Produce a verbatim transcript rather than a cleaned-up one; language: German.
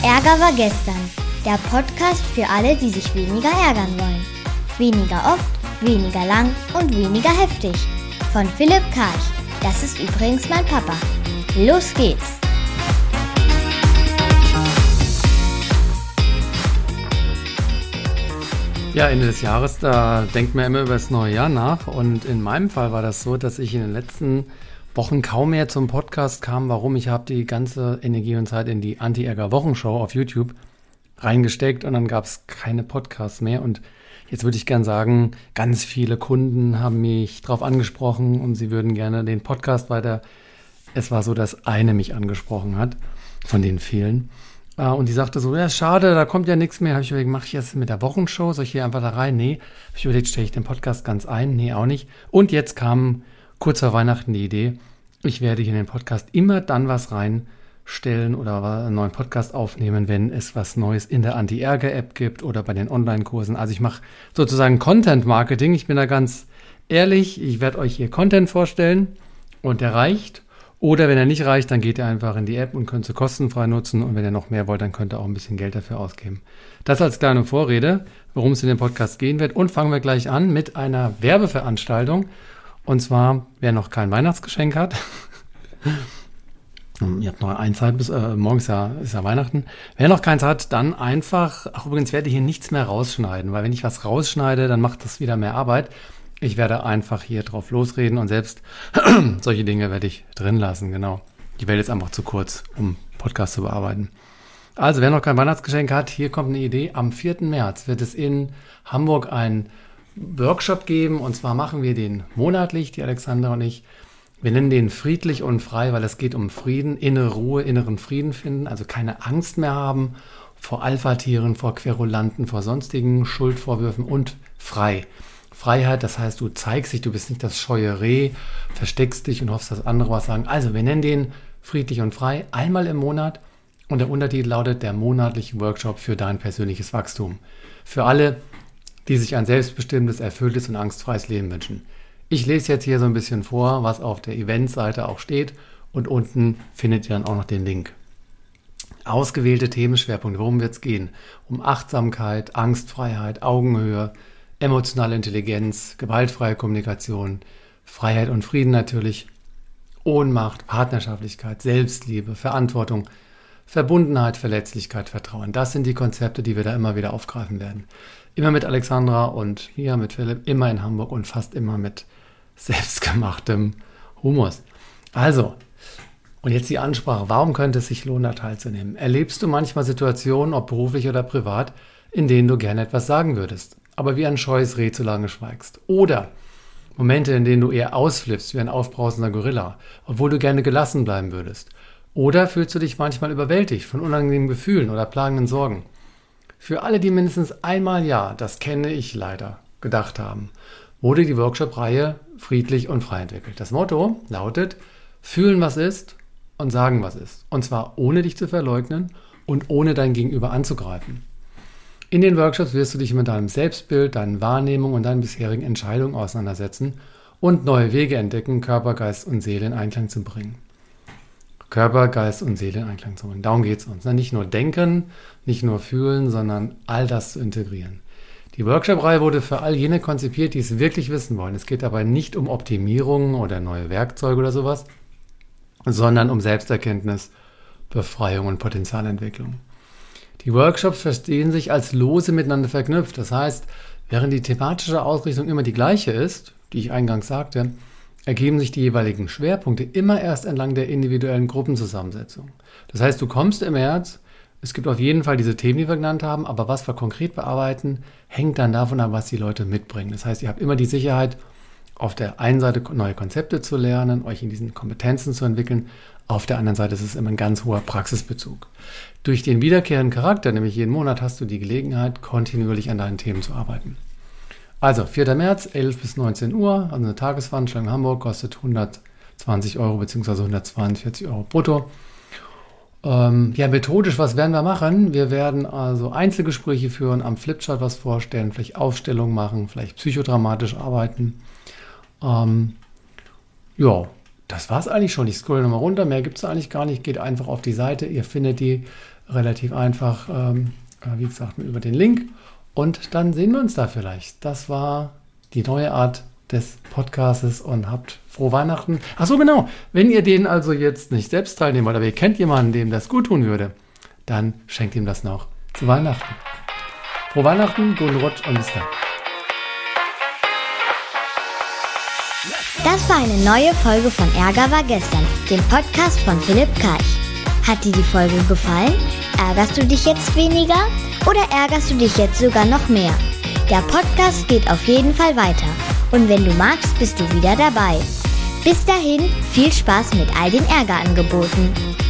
Ärger war gestern. Der Podcast für alle, die sich weniger ärgern wollen. Weniger oft, weniger lang und weniger heftig. Von Philipp Karch. Das ist übrigens mein Papa. Los geht's! Ja, Ende des Jahres, da denkt man immer über das neue Jahr nach. Und in meinem Fall war das so, dass ich in den letzten Wochen kaum mehr zum Podcast kam. Warum? Ich habe die ganze Energie und Zeit in die Anti-Ärger-Wochenshow auf YouTube reingesteckt und dann gab es keine Podcasts mehr. Und jetzt würde ich gern sagen, ganz viele Kunden haben mich drauf angesprochen und sie würden gerne den Podcast weiter. Es war so, dass eine mich angesprochen hat, von den vielen. Und die sagte so, ja, schade, da kommt ja nichts mehr. Habe ich überlegt, mache ich jetzt mit der Wochenshow? Soll ich hier einfach da rein? Nee. Habe ich überlegt, stelle ich den Podcast ganz ein? Nee, auch nicht. Und jetzt kam kurz vor Weihnachten die Idee, ich werde hier in den Podcast immer dann was reinstellen oder einen neuen Podcast aufnehmen, wenn es was Neues in der Anti-Ärger-App gibt oder bei den Online-Kursen. Also ich mache sozusagen Content-Marketing. Ich bin da ganz ehrlich, ich werde euch hier Content vorstellen und der reicht. Oder wenn er nicht reicht, dann geht ihr einfach in die App und könnt sie kostenfrei nutzen. Und wenn ihr noch mehr wollt, dann könnt ihr auch ein bisschen Geld dafür ausgeben. Das als kleine Vorrede, worum es in dem Podcast gehen wird. Und fangen wir gleich an mit einer Werbeveranstaltung. Und zwar, wer noch kein Weihnachtsgeschenk hat, ihr habt noch eine Zeit bis, äh, morgen ist ja, ist ja Weihnachten. Wer noch keins hat, dann einfach, ach übrigens werde ich hier nichts mehr rausschneiden, weil wenn ich was rausschneide, dann macht das wieder mehr Arbeit. Ich werde einfach hier drauf losreden und selbst solche Dinge werde ich drin lassen, genau. Die Welt ist einfach zu kurz, um Podcast zu bearbeiten. Also, wer noch kein Weihnachtsgeschenk hat, hier kommt eine Idee. Am vierten März wird es in Hamburg ein Workshop geben und zwar machen wir den monatlich, die Alexandra und ich. Wir nennen den friedlich und frei, weil es geht um Frieden, innere Ruhe, inneren Frieden finden, also keine Angst mehr haben vor Alpha-Tieren, vor Querulanten, vor sonstigen Schuldvorwürfen und frei. Freiheit, das heißt, du zeigst dich, du bist nicht das scheue Reh, versteckst dich und hoffst, dass andere was sagen. Also, wir nennen den friedlich und frei einmal im Monat und der Untertitel lautet der monatliche Workshop für dein persönliches Wachstum. Für alle, die sich ein selbstbestimmtes, erfülltes und angstfreies Leben wünschen. Ich lese jetzt hier so ein bisschen vor, was auf der Eventseite auch steht und unten findet ihr dann auch noch den Link. Ausgewählte Themenschwerpunkte, worum wird es gehen? Um Achtsamkeit, Angstfreiheit, Augenhöhe, emotionale Intelligenz, gewaltfreie Kommunikation, Freiheit und Frieden natürlich, Ohnmacht, Partnerschaftlichkeit, Selbstliebe, Verantwortung, Verbundenheit, Verletzlichkeit, Vertrauen. Das sind die Konzepte, die wir da immer wieder aufgreifen werden. Immer mit Alexandra und hier mit Philipp, immer in Hamburg und fast immer mit selbstgemachtem Humus. Also, und jetzt die Ansprache. Warum könnte es sich lohnen, da teilzunehmen? Erlebst du manchmal Situationen, ob beruflich oder privat, in denen du gerne etwas sagen würdest, aber wie ein scheues Reh zu lange schweigst? Oder Momente, in denen du eher ausflippst wie ein aufbrausender Gorilla, obwohl du gerne gelassen bleiben würdest? Oder fühlst du dich manchmal überwältigt von unangenehmen Gefühlen oder plagenden Sorgen? Für alle, die mindestens einmal ja, das kenne ich leider, gedacht haben, wurde die Workshop-Reihe friedlich und frei entwickelt. Das Motto lautet, fühlen was ist und sagen was ist. Und zwar ohne dich zu verleugnen und ohne dein Gegenüber anzugreifen. In den Workshops wirst du dich mit deinem Selbstbild, deinen Wahrnehmungen und deinen bisherigen Entscheidungen auseinandersetzen und neue Wege entdecken, Körper, Geist und Seele in Einklang zu bringen. Körper, Geist und Seele in Einklang zu bringen. Darum geht es uns. Nicht nur denken, nicht nur fühlen, sondern all das zu integrieren. Die Workshop-Reihe wurde für all jene konzipiert, die es wirklich wissen wollen. Es geht dabei nicht um Optimierungen oder neue Werkzeuge oder sowas, sondern um Selbsterkenntnis, Befreiung und Potenzialentwicklung. Die Workshops verstehen sich als lose miteinander verknüpft. Das heißt, während die thematische Ausrichtung immer die gleiche ist, die ich eingangs sagte, ergeben sich die jeweiligen Schwerpunkte immer erst entlang der individuellen Gruppenzusammensetzung. Das heißt, du kommst im März, es gibt auf jeden Fall diese Themen, die wir genannt haben, aber was wir konkret bearbeiten, hängt dann davon ab, was die Leute mitbringen. Das heißt, ihr habt immer die Sicherheit, auf der einen Seite neue Konzepte zu lernen, euch in diesen Kompetenzen zu entwickeln, auf der anderen Seite ist es immer ein ganz hoher Praxisbezug. Durch den wiederkehrenden Charakter, nämlich jeden Monat, hast du die Gelegenheit, kontinuierlich an deinen Themen zu arbeiten. Also, vierter März, elf bis neunzehn Uhr, also eine Tagesveranstaltung in Hamburg, kostet hundertzwanzig Euro bzw. hundertzweiundvierzig Euro brutto. Ähm, ja, methodisch, was werden wir machen? Wir werden also Einzelgespräche führen, am Flipchart was vorstellen, vielleicht Aufstellungen machen, vielleicht psychodramatisch arbeiten. Ähm, ja, das war's eigentlich schon. Ich scrolle nochmal runter, mehr gibt es eigentlich gar nicht. Geht einfach auf die Seite, ihr findet die relativ einfach, ähm, wie gesagt, über den Link. Und dann sehen wir uns da vielleicht. Das war die neue Art des Podcastes und habt frohe Weihnachten. Ach so, genau. Wenn ihr den also jetzt nicht selbst teilnehmen wollt, aber ihr kennt jemanden, dem das gut tun würde, dann schenkt ihm das noch zu Weihnachten. Frohe Weihnachten, guten Rutsch und bis dann. Das war eine neue Folge von Ärger war gestern, dem Podcast von Philipp Karch. Hat dir die Folge gefallen? Ärgerst du dich jetzt weniger oder ärgerst du dich jetzt sogar noch mehr? Der Podcast geht auf jeden Fall weiter und wenn du magst, bist du wieder dabei. Bis dahin, viel Spaß mit all den Ärgerangeboten.